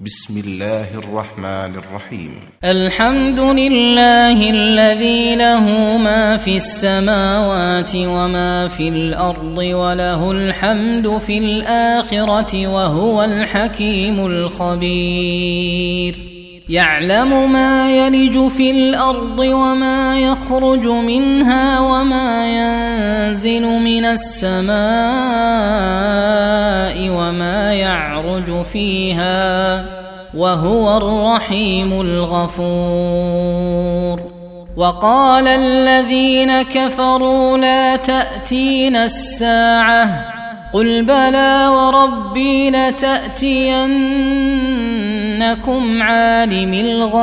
بسم الله الرحمن الرحيم. الحمد لله الذي له ما في السماوات وما في الأرض وله الحمد في الآخرة وهو الحكيم الخبير. يعلم ما يلج في الأرض وما يخرج منها وما ينزل من السماء وما يعرج فيها وهو الرحيم الغفور. وقال الذين كفروا لا تأتينا الساعة قل بلى وربي لتأتينكم عالم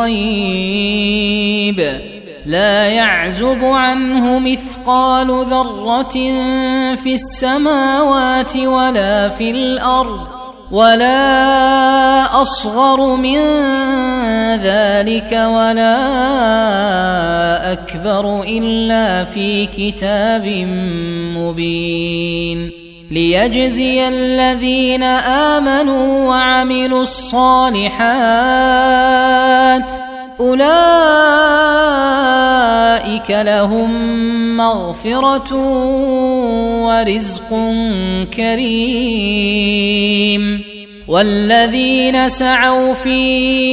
الغيب لا يعزب عنه مثقال ذرة في السماوات ولا في الأرض ولا أصغر من ذلك ولا أكبر إلا في كتاب مبين ليجزي الذين آمنوا وعملوا الصالحات أولئك لهم مغفرة ورزق كريم. والذين سعوا في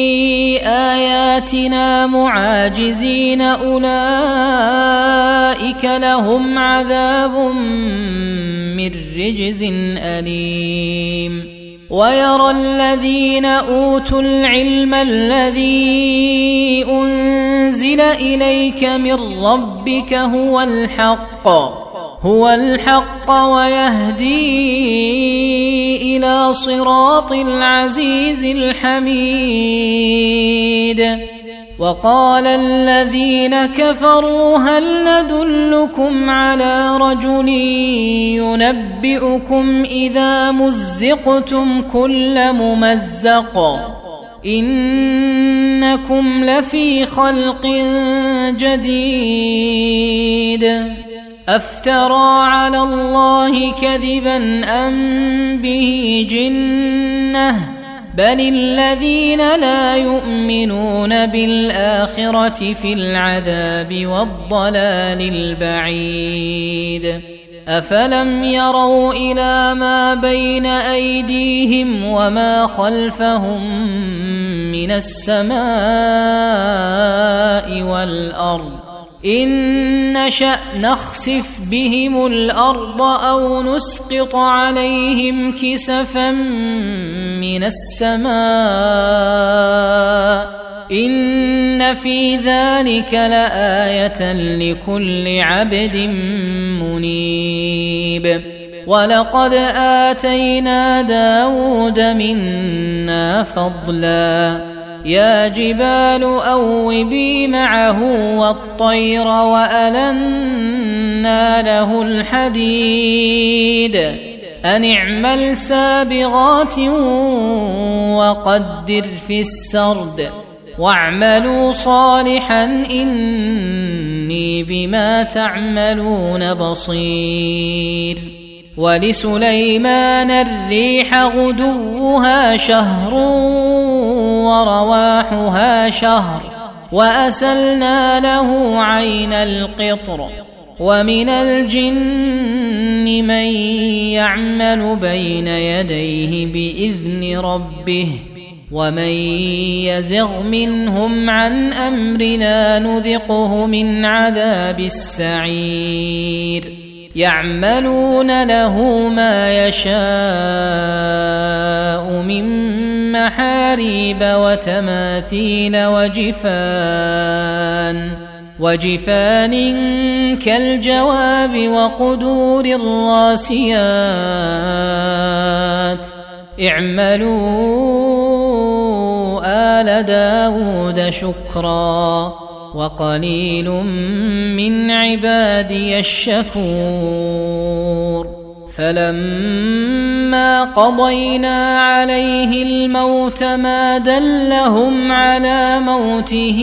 آياتنا معاجزين أولئك لهم عذاب من رجز أليم. ويرى الذين أوتوا العلم الذي أنزل إليك من ربك هو الحق ويهدي إلى صراط العزيز الحميد. وقال الذين كفروا هل ندلكم على رجل ينبئكم إذا مزقتم كل ممزق إنكم لفي خلق جديد أفترى على الله كذبا أم به جنة بل الذين لا يؤمنون بالآخرة في العذاب والضلال البعيد. أفلم يروا إلى ما بين أيديهم وما خلفهم من السماء والأرض إن نشأ نخسف بهم الأرض أو نسقط عليهم كسفا من السماء إن في ذلك لآية لكل عبد منيب. ولقد آتينا داود منا فضلا يا جبال أوبي معه والطير وألنا له الحديد أن اعمل سابغات وقدر في السرد واعملوا صالحا إني بما تعملون بصير. ولسليمان الريح غدوها شهر ورواحها شهر وأسلنا له عين القطر ومن الجن من يعمل بين يديه بإذن ربه ومن يزغ منهم عن أمرنا نذقه من عذاب السعير. يعملون له ما يشاء من محاريب وتماثيل وجفان كالجواب وقدور الراسيات اعملوا آل داود شكرا وقليل من عبادي الشكور. فلما قضينا عليه الموت ما دلهم على موته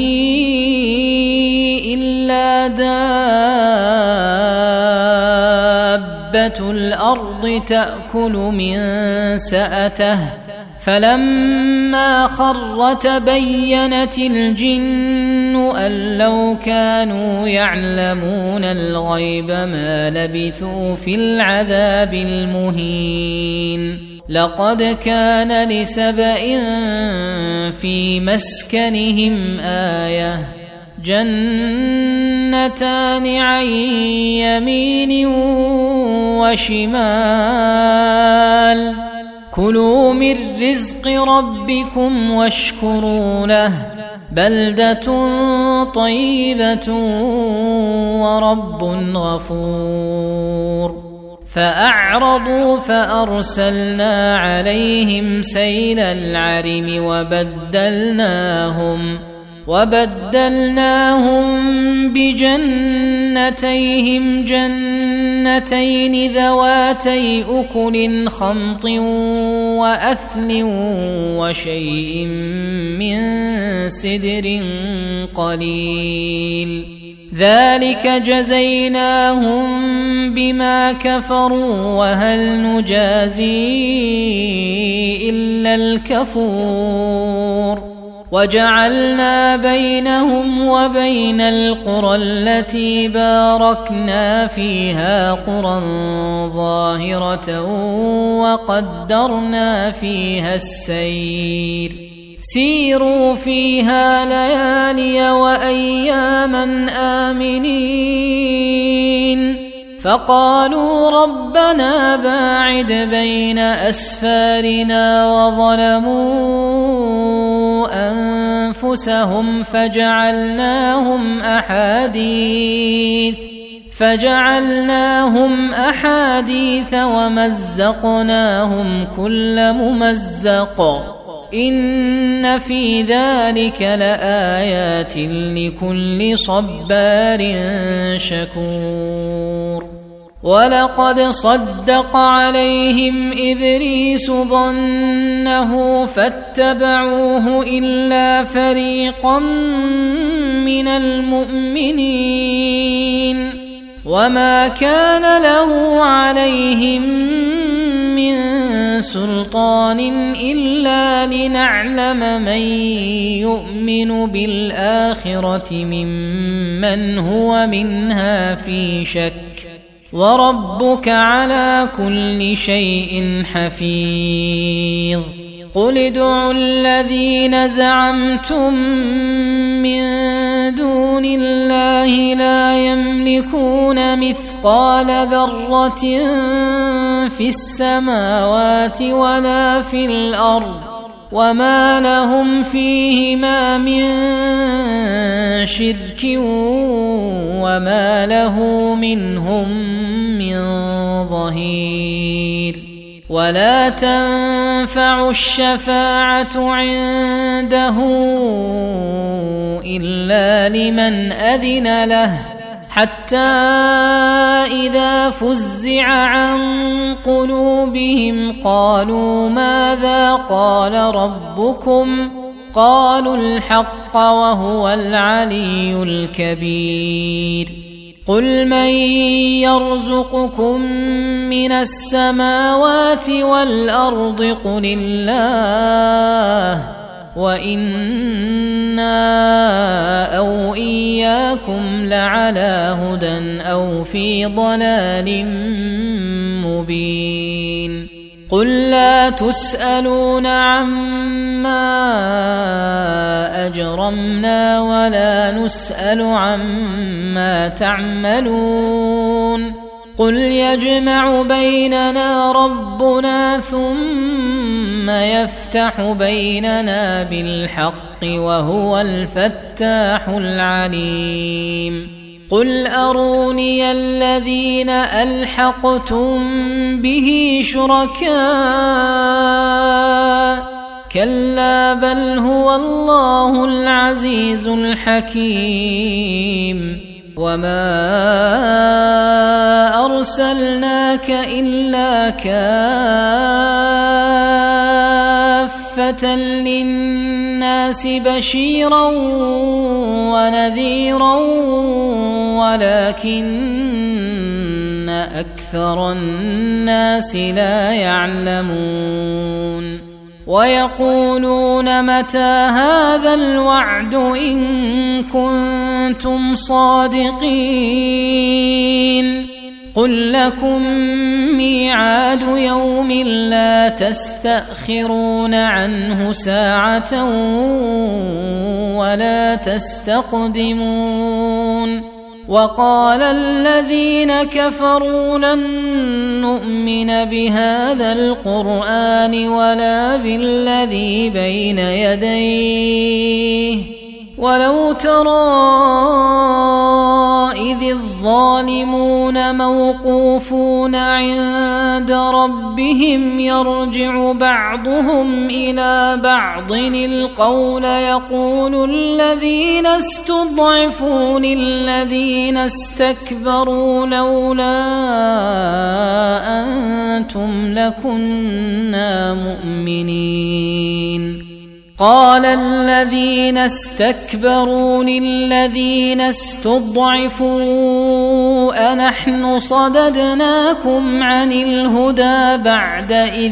إلا دابة الأرض تأكل من سأته فلما خر تبينت الجن أن لو كانوا يعلمون الغيب ما لبثوا في العذاب المهين لقد كان لسبإ في مسكنهم آية جنتان عن يمين وشمال كلوا من رزق ربكم واشكروا له بلدة طيبة ورب غفور فأعرضوا فأرسلنا عليهم سيل العرم وبدلناهم بجنتيهم جنتين ذواتي أكل خمط وأثل وشيء من سدر قليل ذلك جزيناهم بما كفروا وهل نجازي إلا الكفور وجعلنا بينهم وبين القرى التي باركنا فيها قرى ظاهرة وقدرنا فيها السير سيروا فيها ليالي وأياما آمنين فقالوا ربنا باعد بين أسفارنا وظلموا أنفسهم فجعلناهم أحاديث ومزقناهم كل ممزق إن في ذلك لآيات لكل صبار شكور ولقد صدق عليهم إبليس ظنه فاتبعوه إلا فريقا من المؤمنين وما كان له عليهم من سلطان إلا لنعلم من يؤمن بالآخرة ممن هو منها في شك وربك على كل شيء حفيظ قل ادعوا الذين زعمتم من دون الله لا يملكون مثقال ذرة في السماوات ولا في الأرض وما لهم فيهما من شرك وما له منهم من ظهير ولا تنفع الشفاعة عنده إلا لمن أذن له حتى إذا فزع عن قلوبهم قالوا ماذا قال ربكم قالوا الحق وهو العلي الكبير قل من يرزقكم من السماوات والأرض قل الله وإنا أو إياكم لعلى هدى أو في ضلال مبين قل لا تسألون عما أجرمنا ولا نسأل عما تعملون قل يجمع بيننا ربنا ثم يفتح بيننا بالحق وهو الفتاح العليم قل أروني الذين ألحقتم به شركاء كلا بل هو الله العزيز الحكيم وما أرسلناك إلا كافة للناس بشيرا ونذيرا ولكن أكثر الناس لا يعلمون ويقولون متى هذا الوعد إن كنتم صادقين قل لكم ميعاد يوم لا تستأخرون عنه ساعة ولا تستقدمون وقال الذين كفروا لن نؤمن بهذا القرآن ولا بالذي بين يديه ولو ترى إذ الظالمون موقوفون عند ربهم يرجع بعضهم إلى بعض القول يقول الذين استضعفوا للذين استكبروا لولا أنتم لكنا مؤمنين قال الذين استكبروا للذين استضعفوا أنحن صددناكم عن الهدى بعد إذ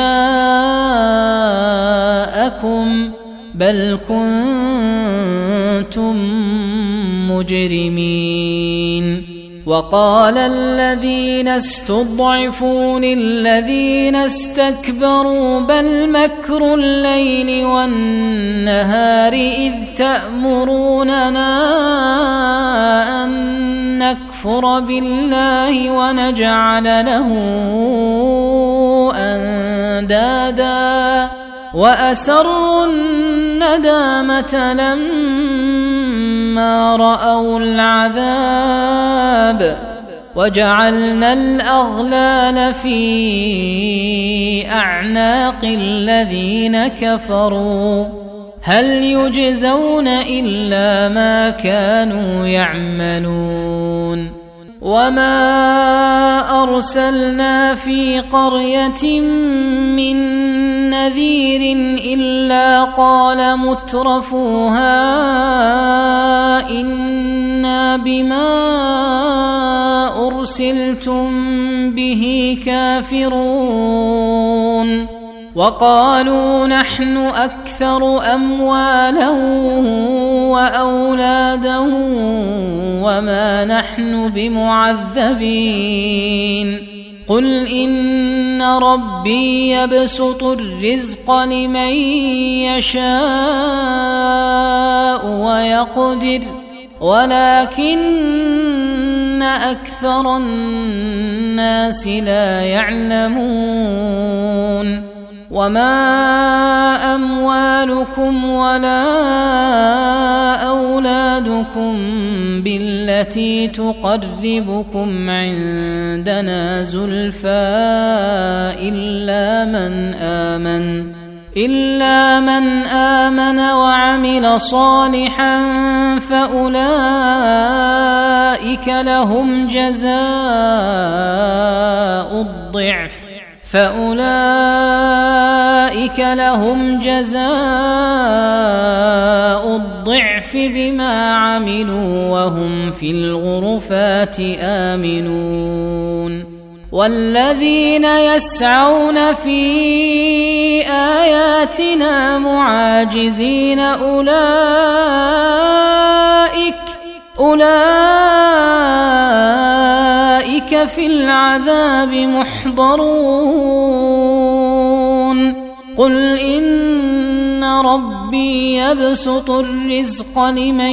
جاءكم بل كنتم مجرمين وقال الذين استضعفوا للذين استكبروا بل مكر الليل والنهار إذ تأمروننا أن نكفر بالله ونجعل له أندادا وأسروا الندامة لما رأوا العذاب وجعلنا الأغلال في أعناق الذين كفروا هل يجزون إلا ما كانوا يعملون وما أرسلنا في قرية من نذير إلا قال مترفوها إنا بما أرسلتم به كافرون وقالوا نحن أكثر أموالا وأولادا وما نحن بمعذبين قل إن ربي يبسط الرزق لمن يشاء ويقدر ولكن أكثر الناس لا يعلمون وما أموالكم ولا أولادكم بالتي تقربكم عندنا زلفى إلا من آمن وعمل صالحا فأولئك لهم جزاء الضعف بما عملوا وهم في الغرفات آمنون والذين يسعون في آياتنا معاجزين أولئك في العذاب محضرون قل إن ربي يبسط الرزق لمن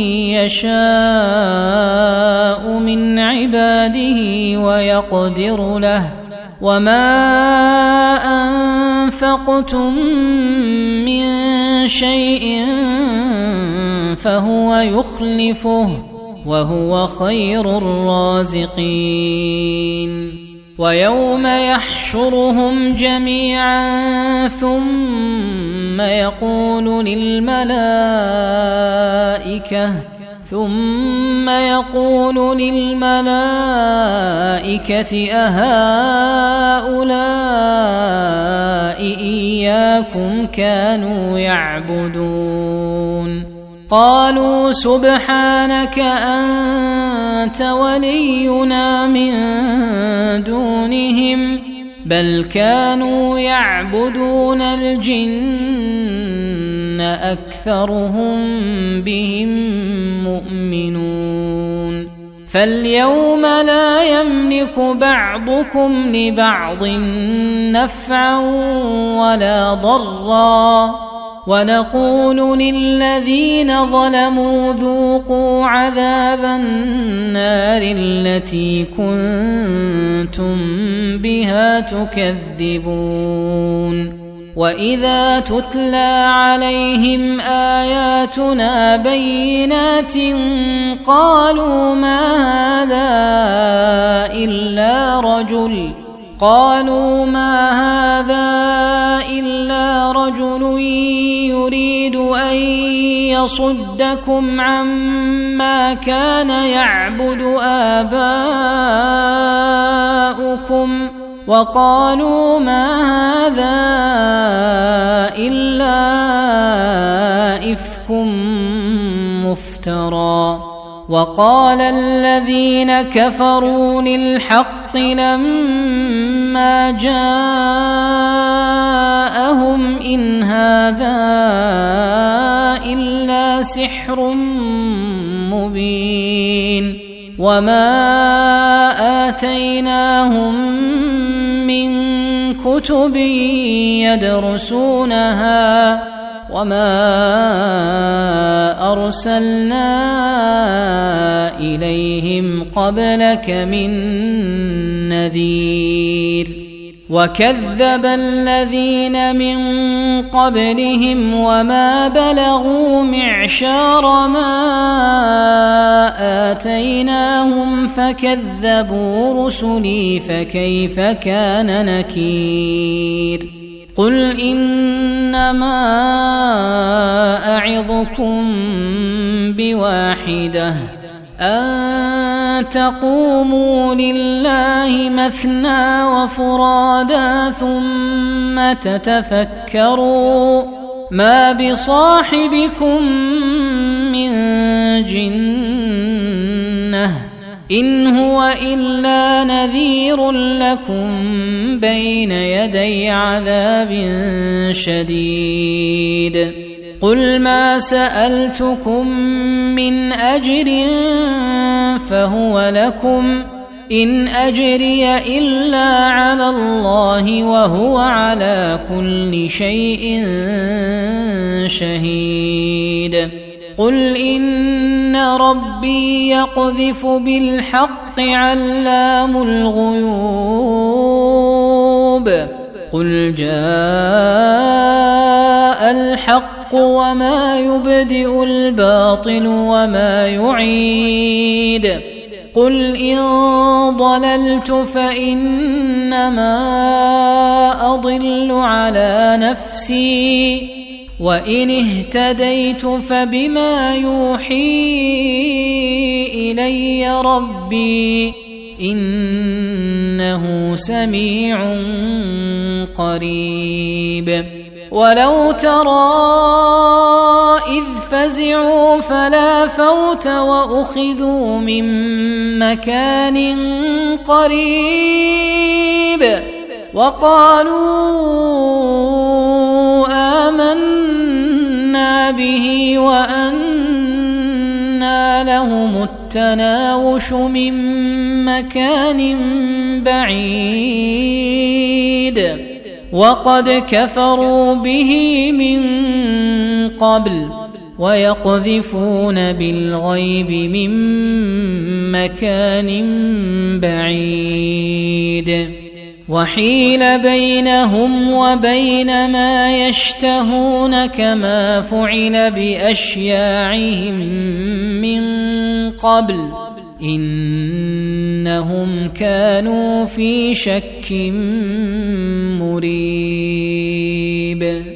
يشاء من عباده ويقدر له وما أنفقتم من شيء فهو يخلفه وهو خير الرازقين ويوم يحشرهم جميعا ثم يقول للملائكة أهؤلاء إياكم كانوا يعبدون قالوا سبحانك أنت ولينا من دونهم بل كانوا يعبدون الجن أكثرهم بهم مؤمنون فاليوم لا يملك بعضكم لبعض نفعا ولا ضرا ونقول للذين ظلموا ذوقوا عذاب النار التي كنتم بها تكذبون وإذا تتلى عليهم آياتنا بينات قالوا ما هذا إلا رجل يريد أن يصدكم عما كان يعبد آباؤكم وقالوا ما هذا إلا إفك مفترى وقال الذين كفروا للحق لما جاءهم إن هذا إلا سحر مبين وما آتيناهم من كتب يدرسونها وما أرسلنا إليهم قبلك من نذير وكذب الذين من قبلهم وما بلغوا معشار ما آتيناهم فكذبوا رسلي فكيف كان نكير قل إنما أعظكم بواحدة أن تقوموا لله مثنى وفرادا ثم تتفكروا ما بصاحبكم من جنة إن هو إلا نذير لكم بين يدي عذاب شديد قل ما سألتكم من أجر فهو لكم إن أجري إلا على الله وهو على كل شيء شهيد قل إن ربي يقذف بالحق علام الغيوب قل جاء الحق وما يبدئ الباطل وما يعيد قل إن ضللت فإنما أضل على نفسي وإن اهتديت فبما يوحي إلي ربي إنه سميع قريب ولو ترى إذ فزعوا فلا فوت وأخذوا من مكان قريب وقالوا آمنا به وأنى لهم التناوش من مكان بعيد وقد كفروا به من قبل ويقذفون بالغيب من مكان بعيد وحيل بينهم وبين ما يشتهون كما فعل بأشياعهم من قبل إنهم كانوا في شك مريب